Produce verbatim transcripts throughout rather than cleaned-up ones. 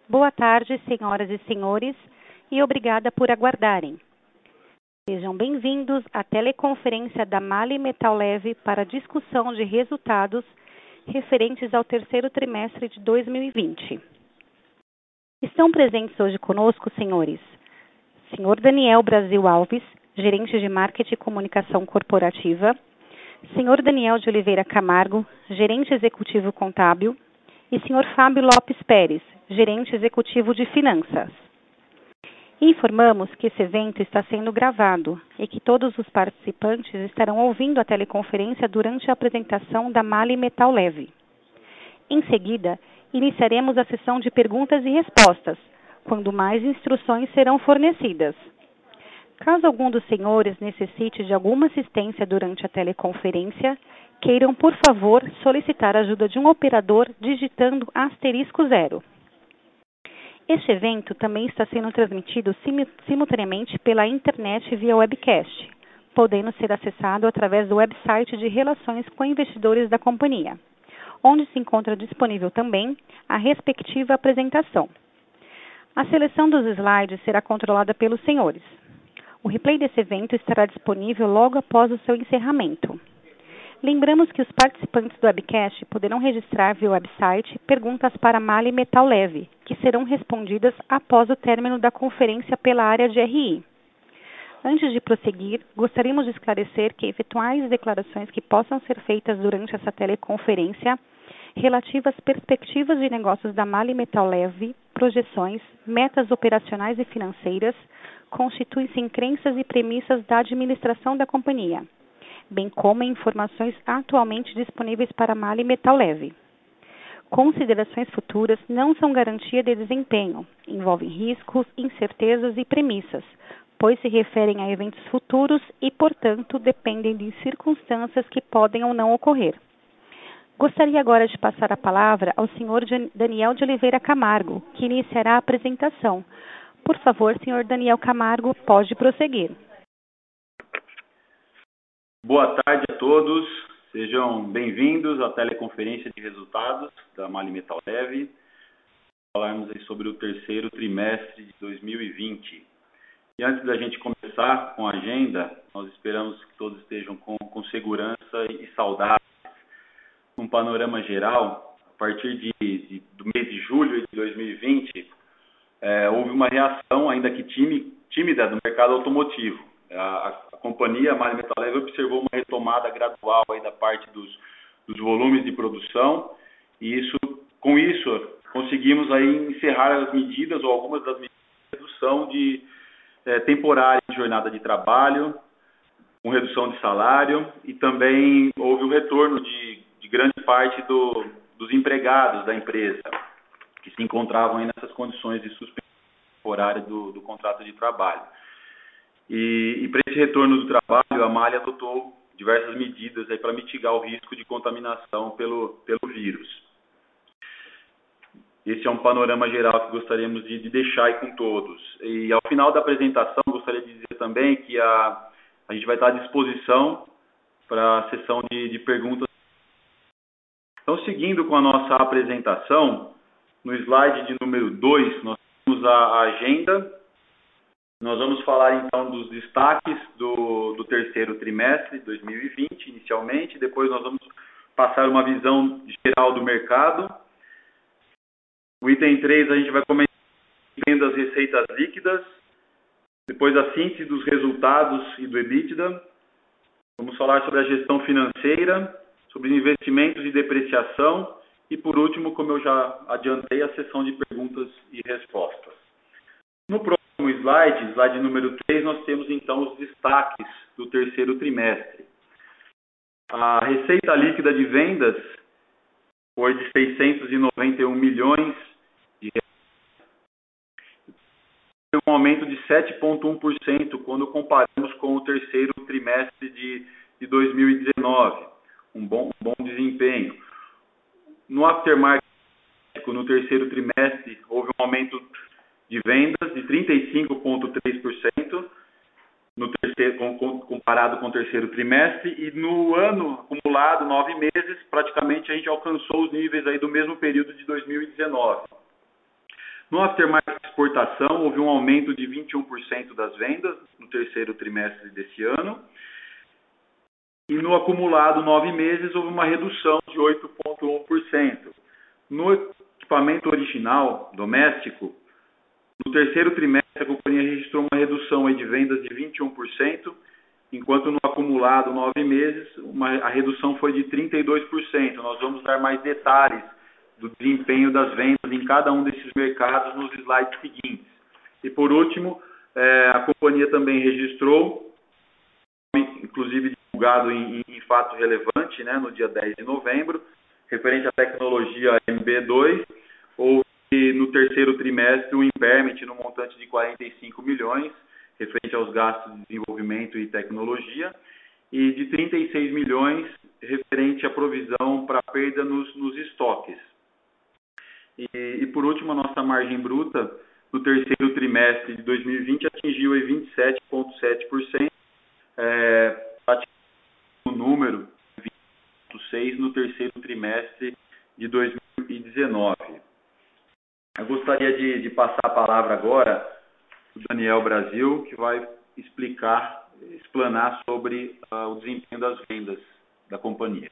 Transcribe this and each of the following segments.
Boa tarde, senhoras e senhores, e obrigada por aguardarem. Sejam bem-vindos à teleconferência da MAHLE Metal Leve para discussão de resultados referentes ao terceiro trimestre de dois mil e vinte. Estão presentes hoje conosco, senhores, senhor Daniel Brasil Alves, gerente de Marketing e Comunicação Corporativa, senhor Daniel de Oliveira Camargo, gerente executivo contábil, e senhor Fábio Lopes Pérez, gerente executivo de finanças. Informamos que esse evento está sendo gravado e que todos os participantes estarão ouvindo a teleconferência durante a apresentação da MAHLE Metal Leve. Em seguida, iniciaremos a sessão de perguntas e respostas, quando mais instruções serão fornecidas. Caso algum dos senhores necessite de alguma assistência durante a teleconferência, queiram, por favor, solicitar a ajuda de um operador digitando asterisco zero. Este evento também está sendo transmitido sim, simultaneamente pela internet via webcast, podendo ser acessado através do website de Relações com Investidores da companhia, onde se encontra disponível também a respectiva apresentação. A seleção dos slides será controlada pelos senhores. O replay desse evento estará disponível logo após o seu encerramento. Lembramos que os participantes do webcast poderão registrar via website perguntas para a MAHLE Metal Leve, que serão respondidas após o término da conferência pela área de R I. Antes de prosseguir, gostaríamos de esclarecer que eventuais declarações que possam ser feitas durante essa teleconferência relativas às perspectivas de negócios da MAHLE Metal Leve, projeções, metas operacionais e financeiras, constituem-se em crenças e premissas da administração da companhia, bem como em informações atualmente disponíveis para a MAHLE Metal Leve. Considerações futuras não são garantia de desempenho, envolvem riscos, incertezas e premissas, pois se referem a eventos futuros e, portanto, dependem de circunstâncias que podem ou não ocorrer. Gostaria agora de passar a palavra ao senhor Daniel de Oliveira Camargo, que iniciará a apresentação. Por favor, senhor Daniel Camargo, pode prosseguir. Boa tarde a todos, sejam bem-vindos à teleconferência de resultados da MAHLE Metal Leve. Falarmos aí sobre o terceiro trimestre de dois mil e vinte. E antes da gente começar com a agenda, nós esperamos que todos estejam com, com segurança e saudáveis. Num panorama geral, a partir de, de, do mês de julho de dois mil e vinte, é, houve uma reação, ainda que tímida, do mercado automotivo. A, a companhia, a MAHLE Metal Leve, observou uma retomada gradual aí da parte dos, dos volumes de produção, e isso, com isso conseguimos aí encerrar as medidas, ou algumas das medidas de redução de, é, temporária de jornada de trabalho, com redução de salário, e também houve o retorno de, de grande parte do, dos empregados da empresa, que se encontravam aí nessas condições de suspensão temporária do, do contrato de trabalho. E, e para esse retorno do trabalho, a MAHLE adotou diversas medidas para mitigar o risco de contaminação pelo, pelo vírus. Esse é um panorama geral que gostaríamos de, de deixar aí com todos. E ao final da apresentação, gostaria de dizer também que a, a gente vai estar à disposição para a sessão de, de perguntas. Então, seguindo com a nossa apresentação, no slide de número dois, nós temos a, a agenda. Nós vamos falar, então, dos destaques do, do terceiro trimestre de dois mil e vinte, inicialmente. Depois nós vamos passar uma visão geral do mercado. O item três, a gente vai comentar vendas receitas líquidas. Depois, a síntese dos resultados e do EBITDA. Vamos falar sobre a gestão financeira, sobre investimentos e depreciação. E, por último, como eu já adiantei, a sessão de perguntas e respostas. No próximo slide, slide número três, nós temos então os destaques do terceiro trimestre. A receita líquida de vendas foi de seiscentos e noventa e um milhões de reais, um aumento de sete vírgula um por cento quando comparamos com o terceiro trimestre de, de dois mil e dezenove. Um bom, um bom desempenho. No aftermarket, no terceiro trimestre, houve um aumento de vendas de trinta e cinco vírgula três por cento no terceiro, comparado com o terceiro trimestre, e no ano acumulado, nove meses, praticamente a gente alcançou os níveis aí do mesmo período de dois mil e dezenove. No aftermarket de exportação, houve um aumento de vinte e um por cento das vendas no terceiro trimestre desse ano. E no acumulado nove meses, houve uma redução de oito vírgula um por cento. No equipamento original, doméstico, no terceiro trimestre, a companhia registrou uma redução aí de vendas de vinte e um por cento, enquanto no acumulado nove meses, uma, a redução foi de trinta e dois por cento. Nós vamos dar mais detalhes do desempenho das vendas em cada um desses mercados nos slides seguintes. E por último, é, a companhia também registrou, inclusive divulgado em, em fato relevante, né, no dia dez de novembro, referente à tecnologia M B dois, houve no terceiro trimestre um impairment no montante de quarenta e cinco milhões, referente aos gastos de desenvolvimento e tecnologia, e de trinta e seis milhões referente à provisão para perda nos, nos estoques. E, e por último, a nossa margem bruta no terceiro trimestre de dois mil e vinte atingiu vinte e sete vírgula sete por cento, é, o número vinte vírgula seis por cento no terceiro trimestre de dois mil e dezenove. Eu gostaria de, de passar a palavra agora para o Daniel Brasil, que vai explicar, explanar sobre uh, o desempenho das vendas da companhia.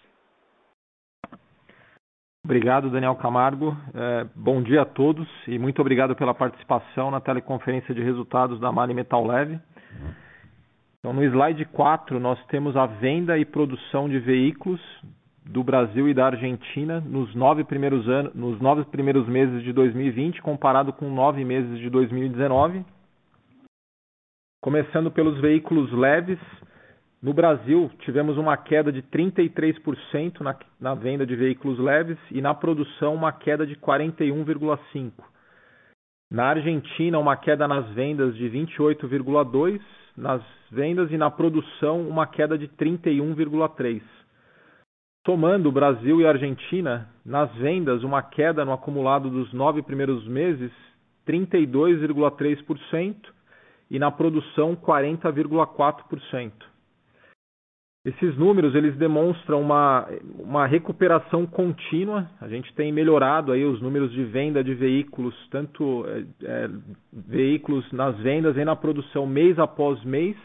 Obrigado, Daniel Camargo. É, bom dia a todos e muito obrigado pela participação na teleconferência de resultados da MAHLE Metal Leve. Então, no slide quatro, nós temos a venda e produção de veículos do Brasil e da Argentina nos nove primeiros, anos, nos nove primeiros meses de dois mil e vinte, comparado com nove meses de dois mil e dezenove. Começando pelos veículos leves, no Brasil tivemos uma queda de trinta e três por cento na, na venda de veículos leves e na produção uma queda de quarenta e um vírgula cinco por cento. Na Argentina, uma queda nas vendas de vinte e oito vírgula dois por cento nas vendas e na produção uma queda de trinta e um vírgula três por cento. Somando o Brasil e a Argentina, nas vendas uma queda no acumulado dos nove primeiros meses, trinta e dois vírgula três por cento e na produção quarenta vírgula quatro por cento. Esses números eles demonstram uma, uma recuperação contínua. A gente tem melhorado aí os números de venda de veículos, tanto é, é, veículos nas vendas e na produção mês após mês.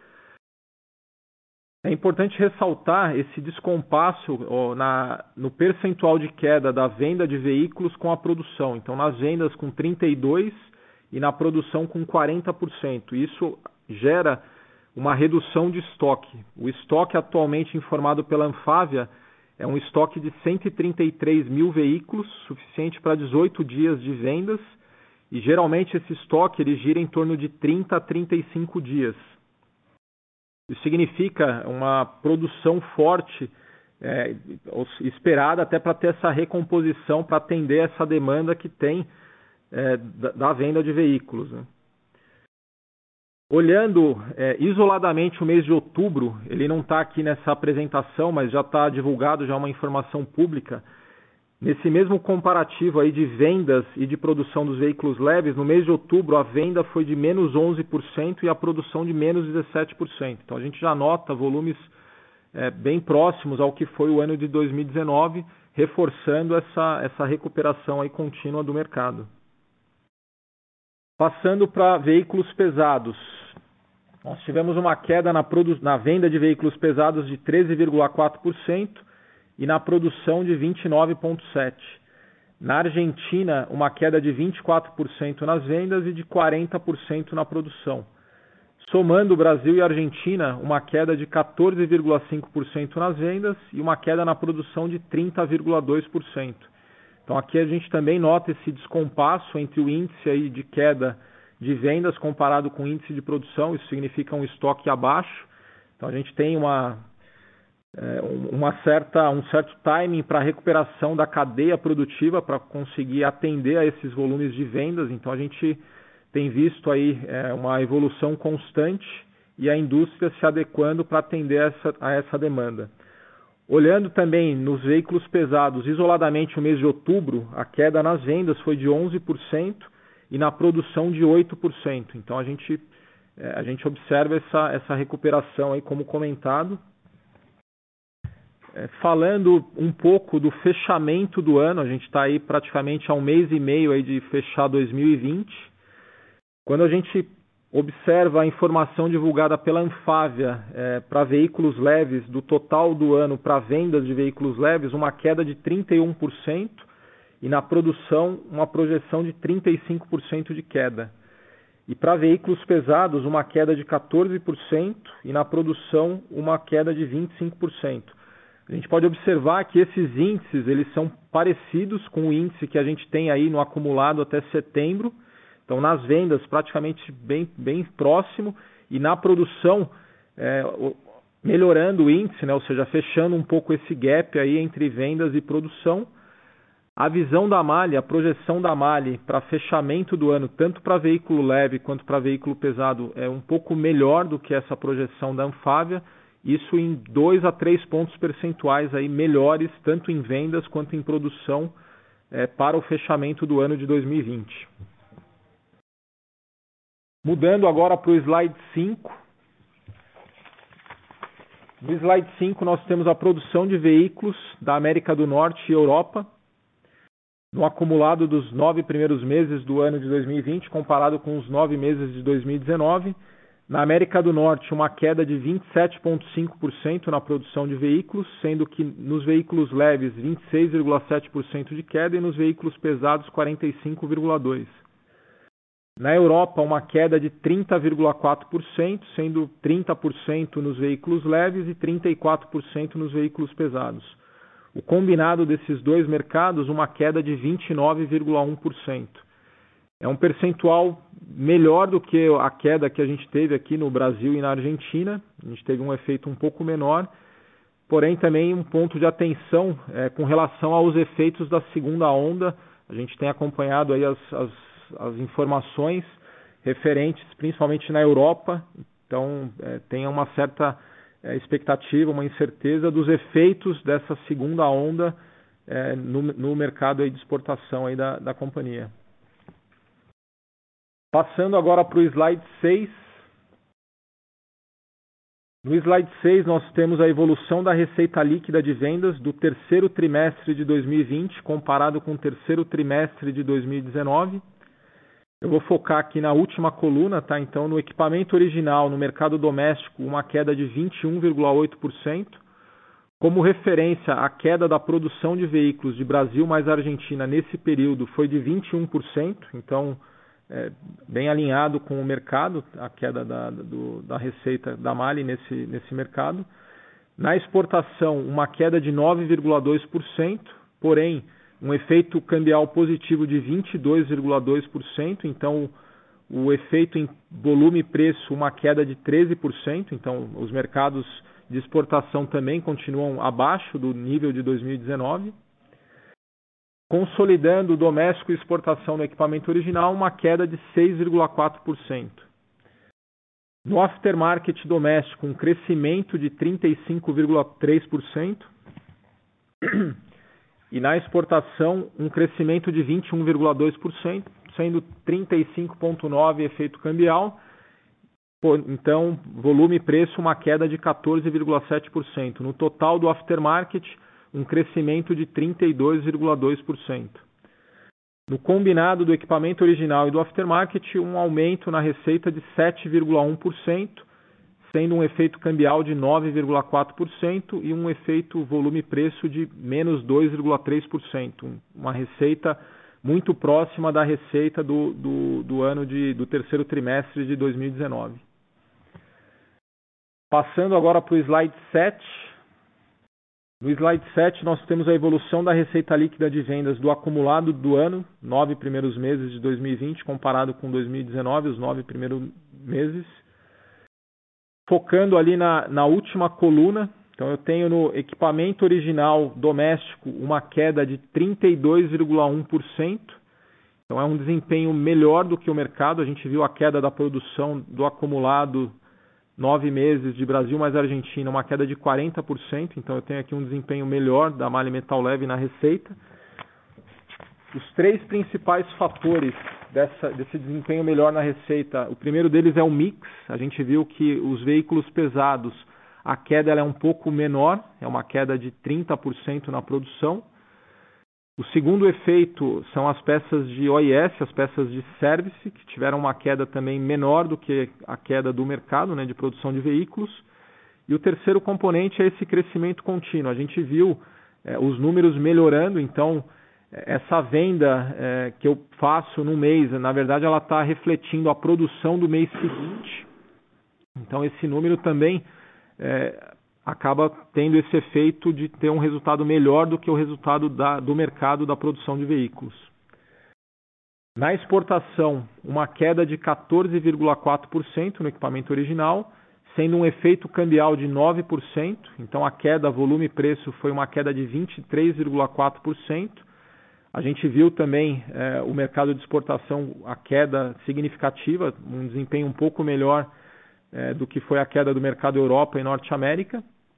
É importante ressaltar esse descompasso ó, na, no percentual de queda da venda de veículos com a produção. Então, nas vendas com trinta e dois por cento e na produção com quarenta por cento. Isso gera uma redução de estoque. O estoque atualmente informado pela Anfávia é um estoque de cento e trinta e três mil veículos, suficiente para dezoito dias de vendas, e geralmente esse estoque ele gira em torno de trinta a trinta e cinco dias. Isso significa uma produção forte, é, esperada até para ter essa recomposição, para atender essa demanda que tem é, da, da venda de veículos, né? Olhando é, isoladamente o mês de outubro, ele não está aqui nessa apresentação, mas já está divulgado, já é uma informação pública. Nesse mesmo comparativo aí de vendas e de produção dos veículos leves, no mês de outubro a venda foi de menos onze por cento e a produção de menos dezessete por cento. Então a gente já nota volumes é, bem próximos ao que foi o ano de dois mil e dezenove, reforçando essa, essa recuperação aí contínua do mercado. Passando para veículos pesados, nós tivemos uma queda na, produ- na venda de veículos pesados de treze vírgula quatro por cento e na produção de vinte e nove vírgula sete por cento. Na Argentina, uma queda de vinte e quatro por cento nas vendas e de quarenta por cento na produção. Somando Brasil e Argentina, uma queda de quatorze vírgula cinco por cento nas vendas e uma queda na produção de trinta vírgula dois por cento. Então aqui a gente também nota esse descompasso entre o índice aí de queda de vendas comparado com o índice de produção. Isso significa um estoque abaixo. Então a gente tem uma, é, uma certa, um certo timing para a recuperação da cadeia produtiva para conseguir atender a esses volumes de vendas. Então a gente tem visto aí é, uma evolução constante e a indústria se adequando para atender essa, a essa demanda. Olhando também nos veículos pesados, isoladamente o mês de outubro, a queda nas vendas foi de onze por cento e na produção de oito por cento. Então a gente, a gente observa essa, essa recuperação aí como comentado. É, falando um pouco do fechamento do ano, a gente está aí praticamente há um mês e meio aí de fechar dois mil e vinte. Quando a gente observa a informação divulgada pela Anfávia é, para veículos leves, do total do ano para vendas de veículos leves, uma queda de trinta e um por cento e na produção uma projeção de trinta e cinco por cento de queda. E para veículos pesados, uma queda de quatorze por cento e na produção uma queda de vinte e cinco por cento. A gente pode observar que esses índices eles são parecidos com o índice que a gente tem aí no acumulado até setembro. Então, nas vendas, praticamente bem, bem próximo, e na produção, é, melhorando o índice, né? Ou seja, fechando um pouco esse gap aí entre vendas e produção. A visão da Mali, a projeção da Mali para fechamento do ano, tanto para veículo leve quanto para veículo pesado, é um pouco melhor do que essa projeção da Anfávia, isso em dois a três pontos percentuais aí melhores, tanto em vendas quanto em produção, é, para o fechamento do ano de dois mil e vinte. Mudando agora para o slide cinco. No slide cinco nós temos a produção de veículos da América do Norte e Europa, no acumulado dos nove primeiros meses do ano de dois mil e vinte, comparado com os nove meses de dois mil e dezenove. Na América do Norte, uma queda de vinte e sete vírgula cinco por cento na produção de veículos, sendo que nos veículos leves vinte e seis vírgula sete por cento de queda e nos veículos pesados quarenta e cinco vírgula dois por cento. Na Europa, uma queda de trinta vírgula quatro por cento, sendo trinta por cento nos veículos leves e trinta e quatro por cento nos veículos pesados. O combinado desses dois mercados, uma queda de vinte e nove vírgula um por cento. É um percentual melhor do que a queda que a gente teve aqui no Brasil e na Argentina. A gente teve um efeito um pouco menor, porém também um ponto de atenção é, com relação aos efeitos da segunda onda. A gente tem acompanhado aí as, as as informações referentes, principalmente na Europa, então é, tem uma certa é, expectativa, uma incerteza dos efeitos dessa segunda onda é, no, no mercado aí de exportação aí da, da companhia. Passando agora para o slide seis. No slide seis nós temos a evolução da receita líquida de vendas do terceiro trimestre de dois mil e vinte comparado com o terceiro trimestre de dois mil e dezenove. Eu vou focar aqui na última coluna, tá? Então, no equipamento original, no mercado doméstico, uma queda de vinte e um vírgula oito por cento. Como referência, a queda da produção de veículos de Brasil mais Argentina nesse período foi de vinte e um por cento. Então, é, bem alinhado com o mercado, a queda da, do, da receita da Mali nesse, nesse mercado. Na exportação, uma queda de nove vírgula dois por cento, porém, um efeito cambial positivo de vinte e dois vírgula dois por cento, então o efeito em volume e preço, uma queda de treze por cento, então os mercados de exportação também continuam abaixo do nível de dois mil e dezenove. Consolidando o doméstico e exportação no equipamento original, uma queda de seis vírgula quatro por cento. No aftermarket doméstico, um crescimento de trinta e cinco vírgula três por cento. E na exportação, um crescimento de vinte e um vírgula dois por cento, sendo trinta e cinco vírgula nove por cento efeito cambial. Então, volume e preço, uma queda de quatorze vírgula sete por cento. No total do aftermarket, um crescimento de trinta e dois vírgula dois por cento. No combinado do equipamento original e do aftermarket, um aumento na receita de sete vírgula um por cento, sendo um efeito cambial de nove vírgula quatro por cento e um efeito volume-preço de menos dois vírgula três por cento. Uma receita muito próxima da receita do, do, do ano de, do terceiro trimestre de dois mil e dezenove. Passando agora para o slide sete. No slide sete nós temos a evolução da receita líquida de vendas do acumulado do ano, nove primeiros meses de dois mil e vinte, comparado com dois mil e dezenove, os nove primeiros meses. Focando ali na, na última coluna, então eu tenho no equipamento original doméstico uma queda de trinta e dois vírgula um por cento. Então é um desempenho melhor do que o mercado. A gente viu a queda da produção do acumulado nove meses de Brasil mais Argentina, uma queda de quarenta por cento. Então eu tenho aqui um desempenho melhor da Mali Metal Leve na receita. Os três principais fatores dessa, desse desempenho melhor na receita, o primeiro deles é o mix. A gente viu que os veículos pesados, a queda ela é um pouco menor, é uma queda de trinta por cento na produção. O segundo efeito são as peças de O I S, as peças de service, que tiveram uma queda também menor do que a queda do mercado, né, de produção de veículos. E o terceiro componente é esse crescimento contínuo. A gente viu é, os números melhorando, então essa venda é, que eu faço no mês, na verdade ela está refletindo a produção do mês seguinte. Então esse número também é, acaba tendo esse efeito de ter um resultado melhor do que o resultado da, do mercado da produção de veículos. Na exportação, uma queda de quatorze vírgula quatro por cento no equipamento original, sendo um efeito cambial de nove por cento. Então a queda volume e preço foi uma queda de vinte e três vírgula quatro por cento. A gente viu também é, o mercado de exportação, a queda significativa, um desempenho um pouco melhor é, do que foi a queda do mercado Europa e Norte América.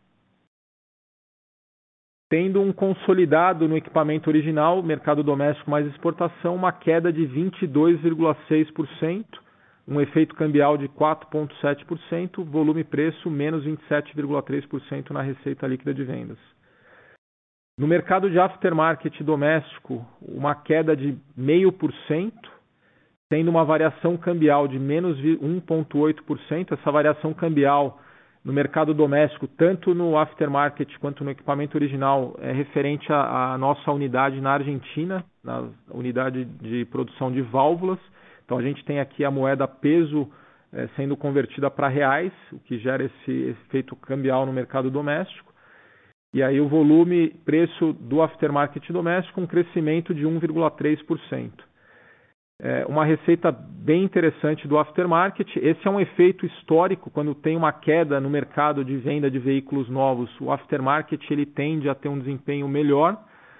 Tendo um consolidado no equipamento original, mercado doméstico mais exportação, uma queda de vinte e dois vírgula seis por cento, um efeito cambial de quatro vírgula sete por cento, volume e preço menos vinte e sete vírgula três por cento na receita líquida de vendas. No mercado de aftermarket doméstico, uma queda de zero vírgula cinco por cento, tendo uma variação cambial de menos um vírgula oito por cento. Essa variação cambial no mercado doméstico, tanto no aftermarket quanto no equipamento original, é referente à, à nossa unidade na Argentina, na unidade de produção de válvulas. Então a gente tem aqui a moeda peso é, sendo convertida para reais, o que gera esse efeito cambial no mercado doméstico. E aí o volume, preço do aftermarket doméstico, um crescimento de um vírgula três por cento. É uma receita bem interessante do aftermarket. Esse é um efeito histórico, quando tem uma queda no mercado de venda de veículos novos, o aftermarket ele tende a ter um desempenho melhor.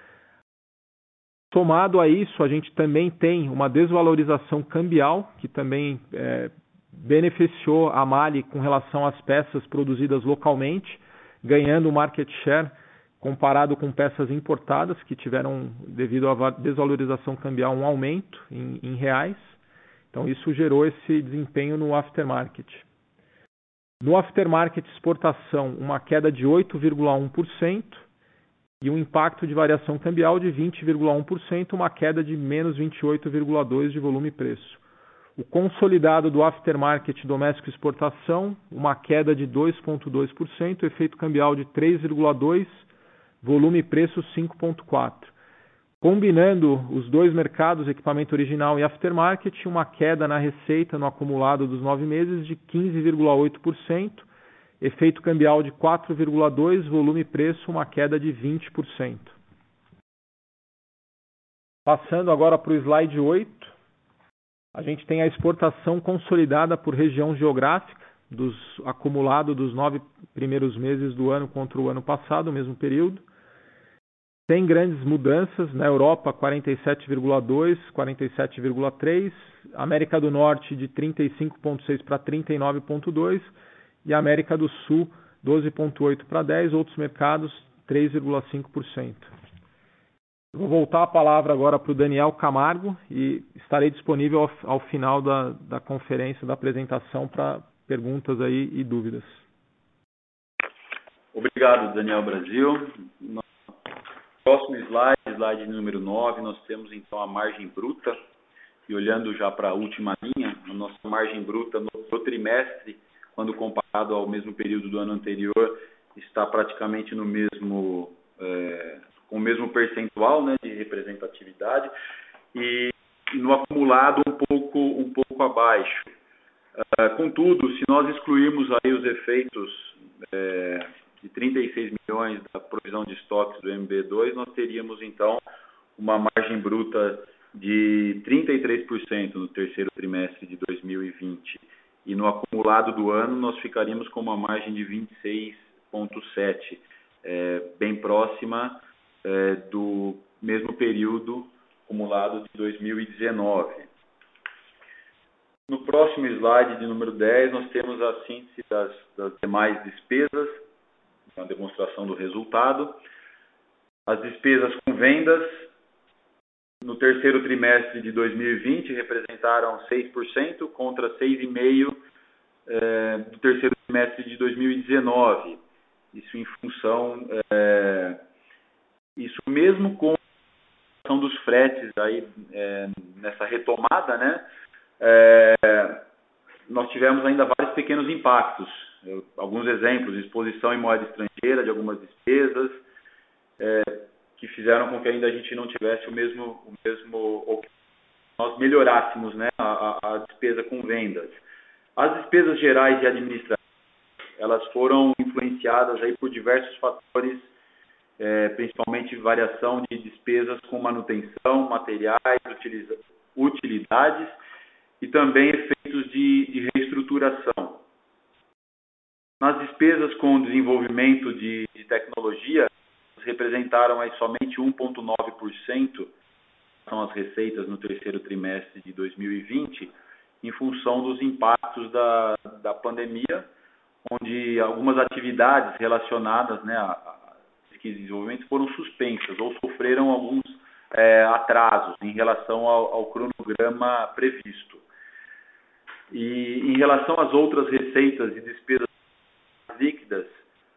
Somado a isso, a gente também tem uma desvalorização cambial, que também é, beneficiou a MAHLE com relação às peças produzidas localmente, ganhando market share comparado com peças importadas, que tiveram, devido à desvalorização cambial, um aumento em, em reais. Então isso gerou esse desempenho no aftermarket. No aftermarket exportação, uma queda de oito vírgula um por cento e um impacto de variação cambial de vinte vírgula um por cento, uma queda de menos vinte e oito vírgula dois por cento de volume e preço. O consolidado do aftermarket doméstico exportação, uma queda de dois vírgula dois por cento, efeito cambial de três vírgula dois por cento, volume e preço cinco vírgula quatro por cento. Combinando os dois mercados, equipamento original e aftermarket, uma queda na receita no acumulado dos nove meses de quinze vírgula oito por cento, efeito cambial de quatro vírgula dois por cento, volume e preço uma queda de vinte por cento. Passando agora para o slide oito, a gente tem a exportação consolidada por região geográfica, dos acumulado dos nove primeiros meses do ano contra o ano passado, o mesmo período. Tem grandes mudanças, na Europa quarenta e sete vírgula dois, quarenta e sete vírgula três, América do Norte de trinta e cinco vírgula seis para trinta e nove vírgula dois e América do Sul doze vírgula oito para dez, outros mercados três vírgula cinco por cento. Vou voltar a palavra agora para o Daniel Camargo e estarei disponível ao, ao final da, da conferência, da apresentação, para perguntas aí e dúvidas. Obrigado, Daniel Brasil. No próximo slide, slide número nove, nós temos então a margem bruta. E olhando já para a última linha, a nossa margem bruta no, no trimestre, quando comparado ao mesmo período do ano anterior, está praticamente no mesmo, é, com o mesmo percentual, né, de representatividade, e no acumulado um pouco, um pouco abaixo. Uh, contudo, se nós excluirmos aí os efeitos é, de trinta e seis milhões da provisão de estoques do M B dois, nós teríamos então uma margem bruta de trinta e três por cento no terceiro trimestre de dois mil e vinte. E no acumulado do ano nós ficaríamos com uma margem de vinte e seis vírgula sete por cento, é, bem próxima é, do mesmo período acumulado de dois mil e dezenove. No próximo slide, de número dez, nós temos a síntese das, das demais despesas, uma demonstração do resultado. As despesas com vendas, no terceiro trimestre de dois mil e vinte, representaram seis por cento contra seis vírgula cinco por cento eh, do terceiro trimestre de dois mil e dezenove. Isso em função, é, isso mesmo com a questão dos fretes aí, é, nessa retomada, né? É, nós tivemos ainda vários pequenos impactos. Eu, alguns exemplos, exposição em moeda estrangeira de algumas despesas, é, que fizeram com que ainda a gente não tivesse o mesmo, o mesmo ou que nós melhorássemos, né, a, a despesa com vendas. As despesas gerais e administrativas, elas foram influenciadas aí por diversos fatores, é, principalmente variação de despesas com manutenção, materiais, utiliza, utilidades e também efeitos de, de reestruturação. Nas despesas com desenvolvimento de, de tecnologia, representaram aí somente um vírgula nove por cento são as receitas no terceiro trimestre de dois mil e vinte, em função dos impactos da, da pandemia, onde algumas atividades relacionadas, né, a, a pesquisa e desenvolvimento foram suspensas ou sofreram alguns é, atrasos em relação ao, ao cronograma previsto. E em relação às outras receitas e despesas líquidas,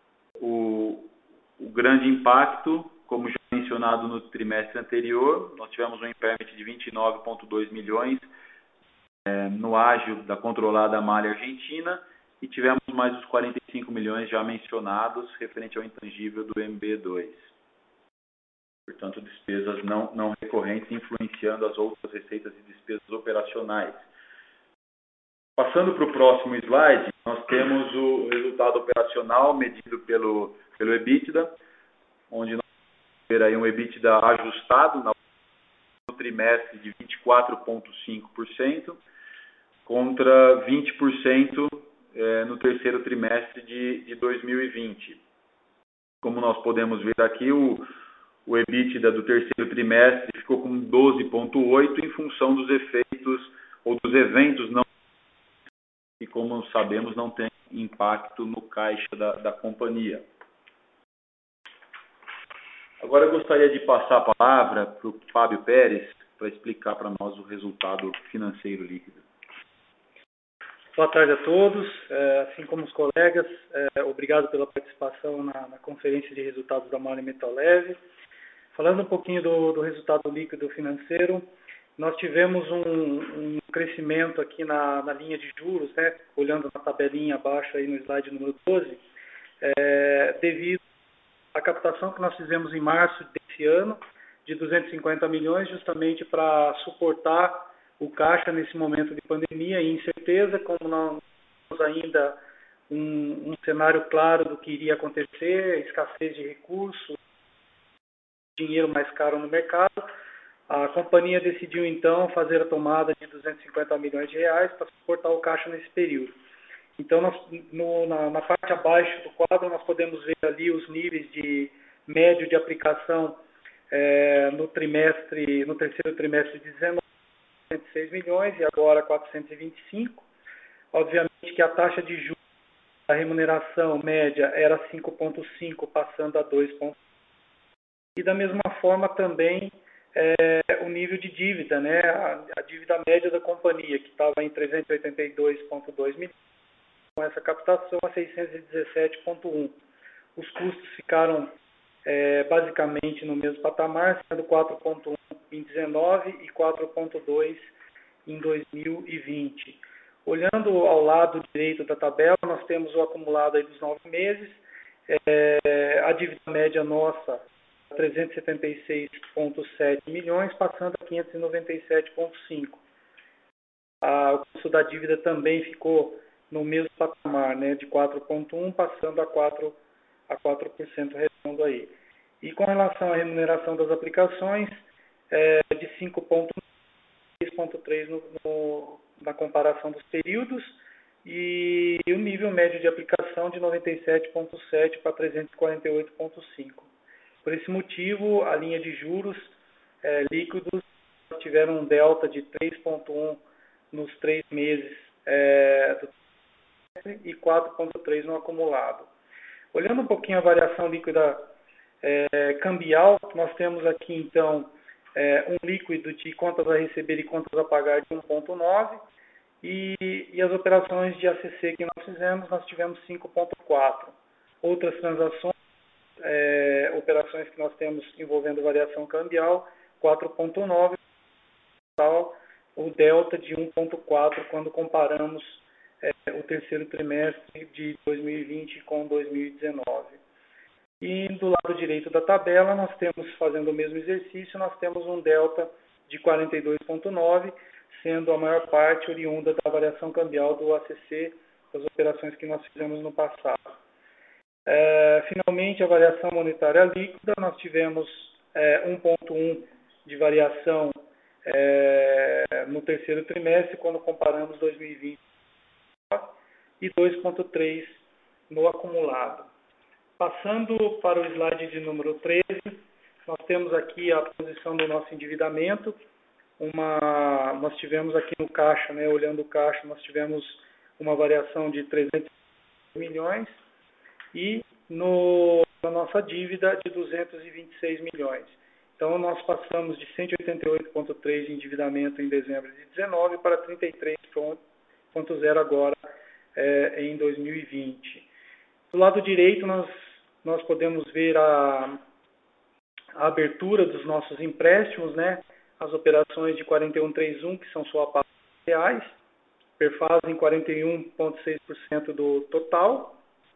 o, o grande impacto, como já mencionado no trimestre anterior, nós tivemos um impairment de vinte e nove vírgula dois milhões é, no ágio da controlada malha argentina e tivemos mais os quarenta e cinco milhões já mencionados referente ao intangível do M B dois. Portanto, despesas não, não recorrentes influenciando as outras receitas e despesas operacionais. Passando para o próximo slide, nós temos o resultado operacional medido pelo, pelo EBITDA, onde nós vamos ver aí um EBITDA ajustado no trimestre de vinte e quatro vírgula cinco por cento contra vinte por cento eh, no terceiro trimestre de, de dois mil e vinte. Como nós podemos ver aqui, o, o EBITDA do terceiro trimestre ficou com doze vírgula oito em função dos efeitos ou dos eventos não e, como sabemos, não tem impacto no caixa da, da companhia. Agora eu gostaria de passar a palavra para o Fábio Pérez para explicar para nós o resultado financeiro líquido. Boa tarde a todos, assim como os colegas, obrigado pela participação na, na conferência de resultados da MAHLE Metal Leve. Falando um pouquinho do, do resultado líquido financeiro, nós tivemos um, um crescimento aqui na, na linha de juros, né, olhando na tabelinha abaixo aí no slide número doze, é, devido à captação que nós fizemos em março desse ano, de duzentos e cinquenta milhões, justamente para suportar o caixa nesse momento de pandemia e incerteza, como não temos ainda um, um cenário claro do que iria acontecer, escassez de recursos, dinheiro mais caro no mercado. A companhia decidiu, então, fazer a tomada de duzentos e cinquenta milhões de reais para suportar o caixa nesse período. Então, nós, no, na, na parte abaixo do quadro, nós podemos ver ali os níveis de médio de aplicação é, no trimestre, no terceiro trimestre de dezenove, cento e seis milhões e agora quatrocentos e vinte e cinco. Obviamente que a taxa de juros da remuneração média era cinco vírgula cinco, passando a dois vírgula cinco. E da mesma forma também É, o nível de dívida, né? a, a dívida média da companhia, que estava em trezentos e oitenta e dois vírgula dois milhões, com essa captação a seiscentos e dezessete vírgula um. Os custos ficaram é, basicamente no mesmo patamar, sendo quatro vírgula um em dezenove e quatro vírgula dois em dois mil e vinte. Olhando ao lado direito da tabela, nós temos o acumulado aí dos nove meses, é, a dívida média nossa trezentos e setenta e seis vírgula sete milhões, passando a quinhentos e noventa e sete vírgula cinco. Ah, o custo da dívida também ficou no mesmo patamar, né, de quatro vírgula um, passando a quatro por cento redondo aí. E com relação à remuneração das aplicações, é de cinco vírgula um, seis vírgula três no, no, na comparação dos períodos, e o nível médio de aplicação de noventa e sete vírgula sete para trezentos e quarenta e oito vírgula cinco. Por esse motivo, a linha de juros é, líquidos tiveram um delta de três vírgula um nos três meses é, do e quatro vírgula três no acumulado. Olhando um pouquinho a variação líquida é, cambial, nós temos aqui então é, um líquido de contas a receber e contas a pagar de um vírgula nove E, e as operações de A C C que nós fizemos, nós tivemos cinco vírgula quatro. Outras transações, é, operações que nós temos envolvendo variação cambial, quatro vírgula nove, o delta de um vírgula quatro quando comparamos é, o terceiro trimestre de dois mil e vinte com dois mil e dezenove. E do lado direito da tabela, nós temos, fazendo o mesmo exercício, nós temos um delta de quarenta e dois vírgula nove, sendo a maior parte oriunda da variação cambial do A C C, das operações que nós fizemos no passado. É, finalmente, a variação monetária líquida, nós tivemos é, um vírgula um de variação é, no terceiro trimestre, quando comparamos dois mil e vinte, e dois vírgula três no acumulado. Passando para o slide de número treze, nós temos aqui a posição do nosso endividamento. Uma, nós tivemos aqui no caixa, né, olhando o caixa, nós tivemos uma variação de trezentos milhões e no, na nossa dívida de duzentos e vinte e seis milhões. Então, nós passamos de cento e oitenta e oito vírgula três de endividamento em dezembro de dezenove para trinta e três vírgula zero agora é, em dois mil e vinte. Do lado direito, nós, nós podemos ver a, a abertura dos nossos empréstimos, né? As operações de quarenta e um vírgula trinta e um, que são swap reais, perfazem quarenta e um vírgula seis por cento do total,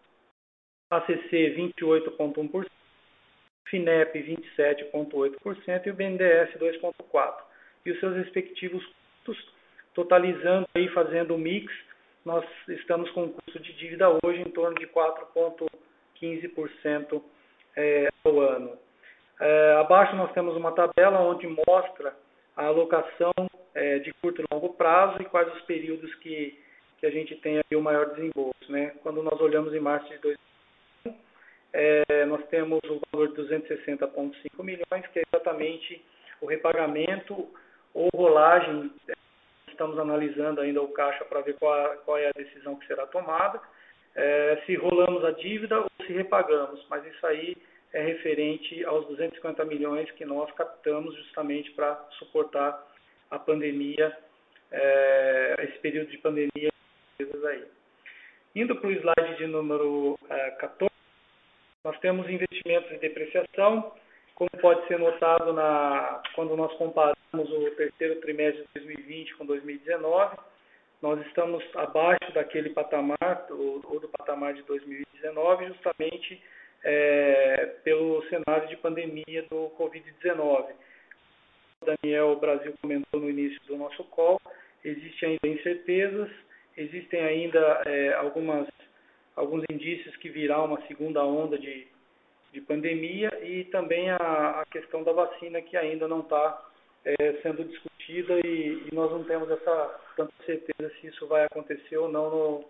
A C C vinte e oito vírgula um por cento, FINEP vinte e sete vírgula oito por cento e o B N D E S dois vírgula quatro por cento. E os seus respectivos custos, totalizando aí, fazendo o mix, nós estamos com um custo de dívida hoje em torno de quatro vírgula quinze por cento é, ao ano. É, abaixo nós temos uma tabela onde mostra a alocação é, de curto e longo prazo e quais os períodos que, que a gente tem aí o maior desembolso, né? Quando nós olhamos em março de dois mil e vinte, é, nós temos o valor de duzentos e sessenta vírgula cinco milhões, que é exatamente o repagamento ou rolagem. Estamos analisando ainda o caixa para ver qual, qual é a decisão que será tomada, é, se rolamos a dívida ou se repagamos, mas isso aí é referente aos duzentos e cinquenta milhões que nós captamos justamente para suportar a pandemia, é, esse período de pandemia. Aí. Indo para o slide de número é, quatorze, nós temos investimentos em depreciação. Como pode ser notado na, quando nós comparamos o terceiro trimestre de dois mil e vinte com dois mil e dezenove, nós estamos abaixo daquele patamar, ou, ou do patamar de dois mil e dezenove, justamente é, pelo cenário de pandemia do covid dezenove. O Daniel Brasil comentou no início do nosso call, existem ainda incertezas, existem ainda é, algumas, alguns indícios que virá uma segunda onda de de pandemia e também a, a questão da vacina que ainda não está é, sendo discutida e, e nós não temos essa tanta certeza se isso vai acontecer ou não no,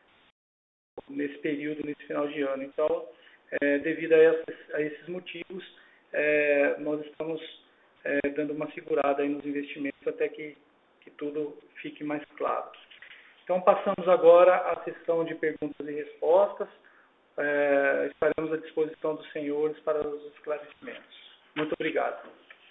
nesse período, nesse final de ano. Então, é, devido a, essas, a esses motivos, é, nós estamos é, dando uma segurada aí nos investimentos até que, que tudo fique mais claro. Então, passamos agora à sessão de perguntas e respostas. É, estaremos à disposição dos senhores para os esclarecimentos. Muito obrigado.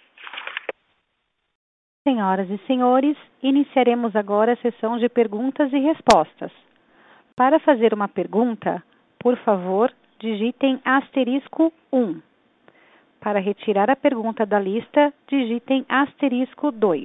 Senhoras e senhores, iniciaremos agora a sessão de perguntas e respostas. Para fazer uma pergunta, por favor, digitem asterisco um. Para retirar a pergunta da lista, digitem asterisco dois.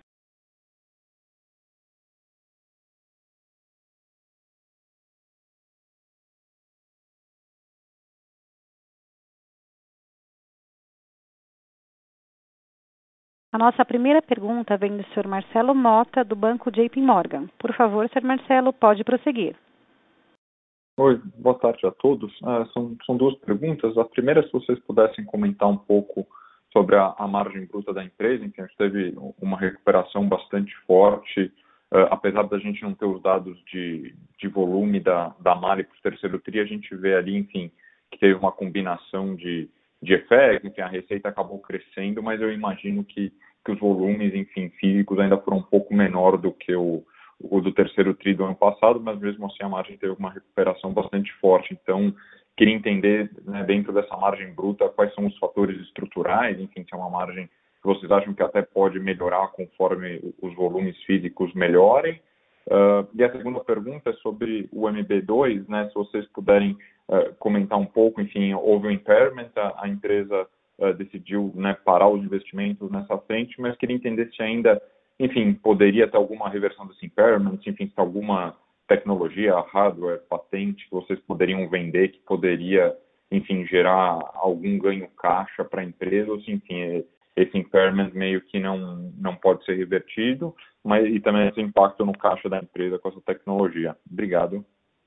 A nossa primeira pergunta vem do senhor Marcelo Mota, do Banco J P Morgan. Por favor, senhor Marcelo, pode prosseguir. Oi, boa tarde a todos. Uh, são, são duas perguntas. A primeira, se vocês pudessem comentar um pouco sobre a, a margem bruta da empresa. Enfim, a gente teve uma recuperação bastante forte, uh, apesar da gente não ter os dados de, de volume da, da Mali para o terceiro tri, a gente vê ali, enfim, que teve uma combinação de de efeito, enfim, a receita acabou crescendo, mas eu imagino que, que os volumes, enfim, físicos ainda foram um pouco menor do que o, o do terceiro tri do ano passado, mas mesmo assim a margem teve uma recuperação bastante forte. Então, queria entender, né, dentro dessa margem bruta, quais são os fatores estruturais, enfim, se é uma margem que vocês acham que até pode melhorar conforme os volumes físicos melhorem, Uh, e a segunda pergunta é sobre o M B dois, né? Se vocês puderem uh, comentar um pouco, enfim, houve um impairment, a, a empresa uh, decidiu, né, parar os investimentos nessa frente, mas queria entender se ainda, enfim, poderia ter alguma reversão desse impairment, enfim, se alguma tecnologia, hardware, patente que vocês poderiam vender que poderia, enfim, gerar algum ganho caixa para a empresa, ou se, enfim, esse impairment meio que não, não pode ser revertido, mas e também esse impacto no caixa da empresa com essa tecnologia. Obrigado.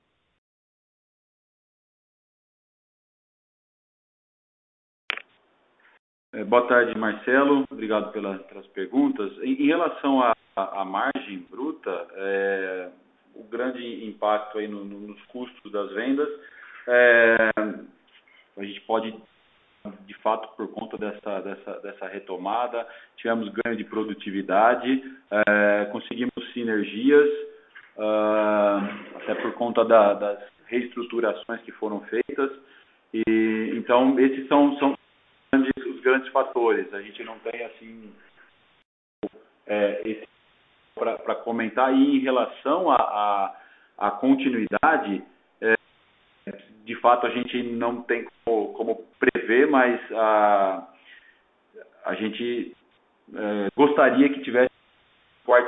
É, boa tarde, Marcelo. Obrigado pela, pelas perguntas. Em, em relação à, à margem bruta, é, o grande impacto aí no, no, nos custos das vendas, é, a gente pode, de fato, por conta dessa, dessa, dessa retomada, tivemos ganho de produtividade, é, conseguimos sinergias, é, até por conta da, das reestruturações que foram feitas. E, então, esses são, são os grandes fatores. A gente não tem, assim, é, esse para comentar. E em relação à a, a, a continuidade, é, de fato, a gente não tem como, como prever, mas a, a gente é, gostaria que tivesse um quarto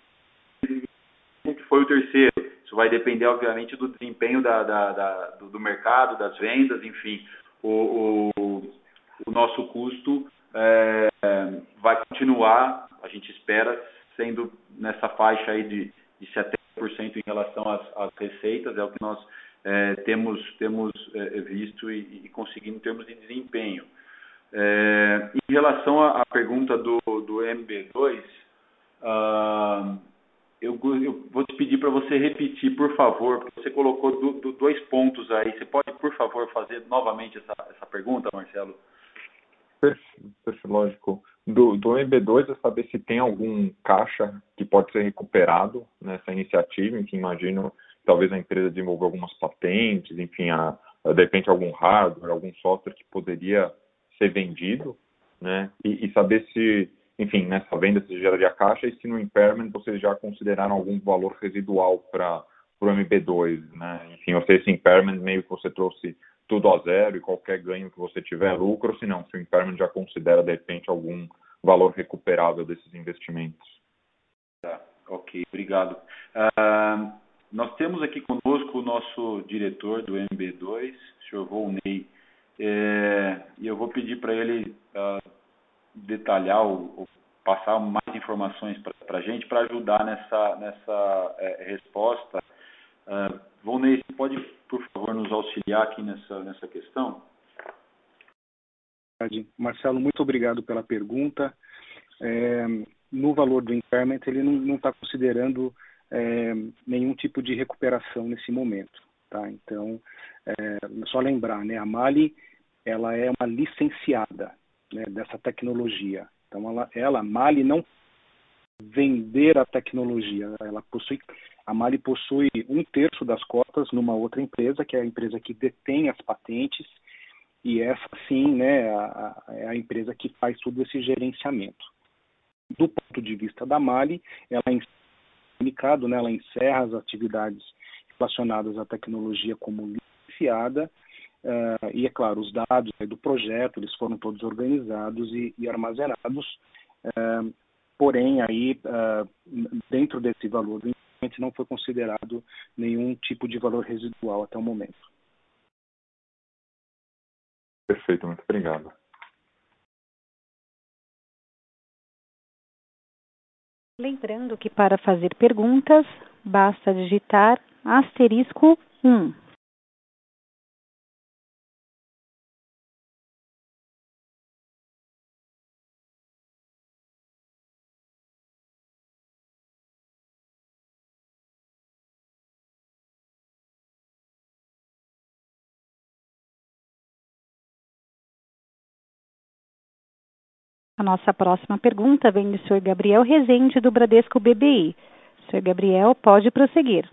que foi o terceiro. Isso vai depender, obviamente, do desempenho da, da, da, do, do mercado, das vendas, enfim. O, o, o nosso custo é, vai continuar, a gente espera, sendo nessa faixa aí de, de setenta por cento em relação às, às receitas, é o que nós é, temos, temos é, visto e, e conseguindo em termos de desempenho. É, em relação à, à pergunta do, do M B dois, uh, eu, eu vou te pedir para você repetir, por favor, porque você colocou do, do, dois pontos aí. Você pode, por favor, fazer novamente essa, essa pergunta, Marcelo? Perfeito, lógico. Do, do M B dois é saber se tem algum caixa que pode ser recuperado nessa iniciativa. Enfim, imagino talvez a empresa desenvolver algumas patentes, enfim, a, a, de repente algum hardware, algum software que poderia ser vendido, né? E, e saber se, enfim, nessa venda se geraria caixa e se no impairment vocês já consideraram algum valor residual para o M B dois, né? Enfim, ou seja, esse impairment meio que você trouxe tudo a zero e qualquer ganho que você tiver é lucro, se não, se o impairment já considera, de repente, algum valor recuperável desses investimentos. Tá, ok, obrigado. Uh, nós temos aqui conosco o nosso diretor do M B dois, o senhor Volney, é, e eu vou pedir para ele uh, detalhar ou, ou passar mais informações para a gente, para ajudar nessa, nessa é, resposta. Uh, Volney, você pode, por favor, nos auxiliar aqui nessa, nessa questão? Marcelo, muito obrigado pela pergunta. É, no valor do impairment, ele não está considerando é, nenhum tipo de recuperação nesse momento. Tá? Então, é, só lembrar, né, a Mali ela é uma licenciada, né, dessa tecnologia. Então, ela, ela, a Mali não vender a tecnologia, ela possui, a Mali possui um terço das cotas numa outra empresa, que é a empresa que detém as patentes, e essa sim, né, a, a, é a empresa que faz todo esse gerenciamento. Do ponto de vista da Mali, ela comunicado, né, ela encerra as atividades relacionadas à tecnologia como licenciada, uh, e é claro, os dados, né, do projeto, eles foram todos organizados e, e armazenados, uh, porém aí uh, dentro desse valor do investimento não foi considerado nenhum tipo de valor residual até o momento. Perfeito, muito obrigado. Lembrando que para fazer perguntas, basta digitar asterisco um. A nossa próxima pergunta vem do senhor Gabriel Rezende, do Bradesco B B I. senhor Gabriel, pode prosseguir.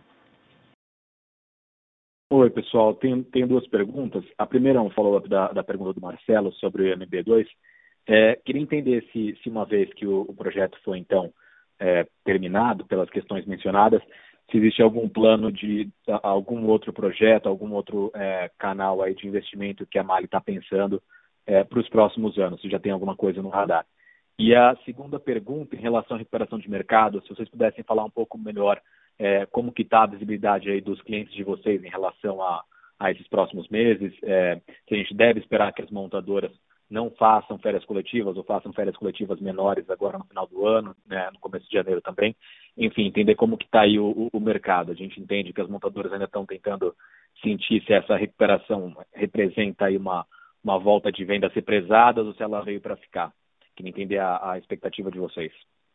Oi, pessoal. Tenho, tenho duas perguntas. A primeira é um follow-up da, da pergunta do Marcelo sobre o M B dois. É, queria entender se, se uma vez que o, o projeto foi, então, é, terminado pelas questões mencionadas, se existe algum plano de algum outro projeto, algum outro é, canal aí de investimento que a MAHLE está pensando é, para os próximos anos, se já tem alguma coisa no radar. E a segunda pergunta, em relação à recuperação de mercado, se vocês pudessem falar um pouco melhor é, como que está a visibilidade aí dos clientes de vocês em relação a, a esses próximos meses, é, se a gente deve esperar que as montadoras não façam férias coletivas ou façam férias coletivas menores agora no final do ano, né, no começo de janeiro também. Enfim, entender como que está aí o, o mercado. A gente entende que as montadoras ainda estão tentando sentir se essa recuperação representa aí uma, uma volta de vendas represadas ou se ela veio para ficar. Queria entender a, a expectativa de vocês.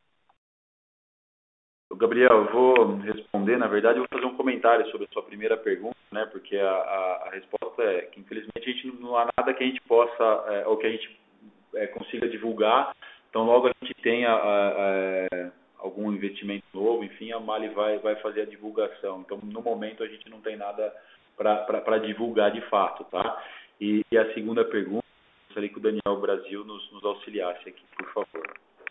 Gabriel, eu vou responder, na verdade, eu vou fazer um comentário sobre a sua primeira pergunta, né, porque a, a, a resposta é que, infelizmente, a gente não há nada que a gente possa, é, ou que a gente é, consiga divulgar, então logo a gente tenha a, a, algum investimento novo, enfim, a MAHLE vai, vai fazer a divulgação, então no momento a gente não tem nada para divulgar de fato, tá? E, e a segunda pergunta, gostaria que o Daniel Brasil nos, nos auxiliasse aqui, por favor.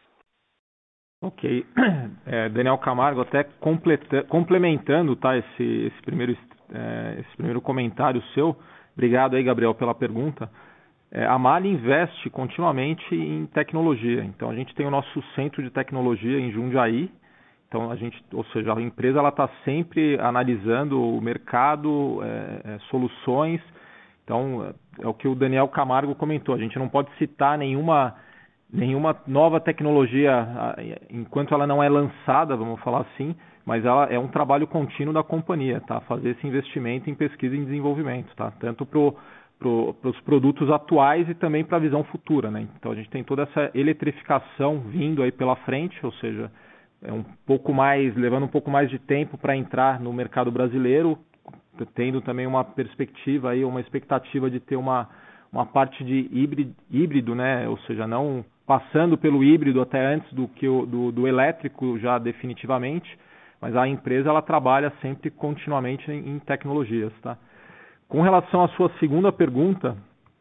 Ok. É, Daniel Camargo, até complementando, tá, esse, esse, primeiro, é, esse primeiro comentário seu. Obrigado aí, Gabriel, pela pergunta. É, a MAHLE investe continuamente em tecnologia. Então, a gente tem o nosso centro de tecnologia em Jundiaí. Então, a gente, ou seja, a empresa ela está sempre analisando o mercado, é, é, soluções. Então, é o que o Daniel Camargo comentou. A gente não pode citar nenhuma... nenhuma nova tecnologia enquanto ela não é lançada, vamos falar assim, mas ela é um trabalho contínuo da companhia, tá? Fazer esse investimento em pesquisa e desenvolvimento, tá? Tanto para pro, os produtos atuais e também para a visão futura, né? Então a gente tem toda essa eletrificação vindo aí pela frente, ou seja, é um pouco mais, levando um pouco mais de tempo para entrar no mercado brasileiro, tendo também uma perspectiva aí, uma expectativa de ter uma uma parte de híbrido, híbrido, né? Ou seja, não passando pelo híbrido até antes do que o, do, do elétrico já definitivamente, mas a empresa ela trabalha sempre continuamente em, em tecnologias, tá? Com relação à sua segunda pergunta,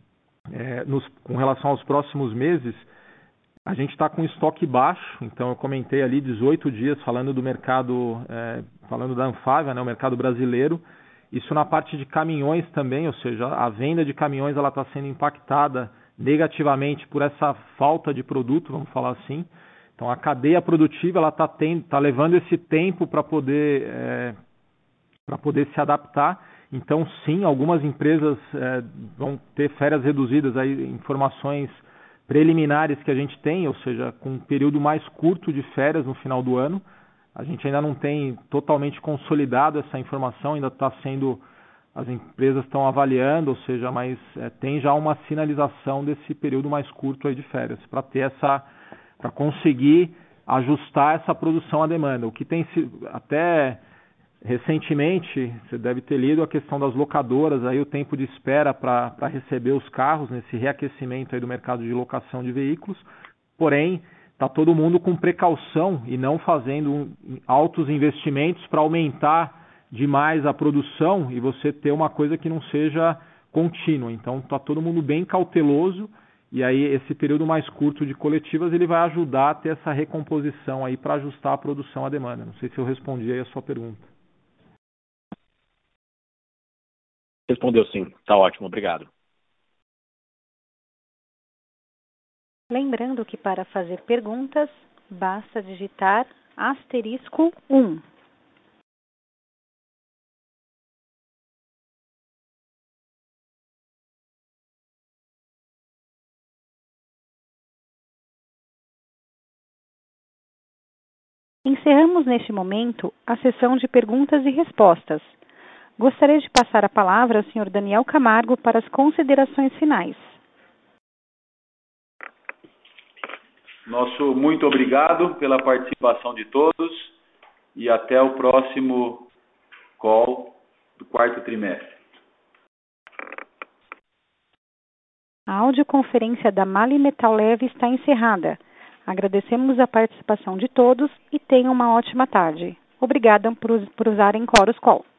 é, nos, com relação aos próximos meses, a gente está com estoque baixo, então eu comentei ali dezoito dias falando do mercado, é, falando da Anfávia, né, o mercado brasileiro. Isso na parte de caminhões também, ou seja, a venda de caminhões ela está sendo impactada negativamente por essa falta de produto, vamos falar assim. Então a cadeia produtiva ela está tá levando esse tempo para poder, é, para poder se adaptar. Então sim, algumas empresas é, vão ter férias reduzidas, aí, informações preliminares que a gente tem, ou seja, com um período mais curto de férias no final do ano. A gente ainda não tem totalmente consolidado essa informação, ainda está sendo, as empresas estão avaliando, ou seja, mas é, tem já uma sinalização desse período mais curto aí de férias, para ter essa, para conseguir ajustar essa produção à demanda. O que tem sido, até recentemente, você deve ter lido a questão das locadoras, aí o tempo de espera para receber os carros, nesse reaquecimento aí do mercado de locação de veículos, porém, está todo mundo com precaução e não fazendo altos investimentos para aumentar demais a produção e você ter uma coisa que não seja contínua. Então está todo mundo bem cauteloso e aí esse período mais curto de coletivas ele vai ajudar a ter essa recomposição aí para ajustar a produção à demanda. Não sei se eu respondi aí a sua pergunta. Respondeu sim, está ótimo, obrigado. Lembrando que para fazer perguntas, basta digitar asterisco um. Encerramos neste momento a sessão de perguntas e respostas. Gostaria de passar a palavra ao senhor Daniel Camargo para as considerações finais. Nosso muito obrigado pela participação de todos e até o próximo call do quarto trimestre. A audioconferência da MAHLE Metal Leve está encerrada. Agradecemos a participação de todos e tenham uma ótima tarde. Obrigada por, por usarem Chorus Call.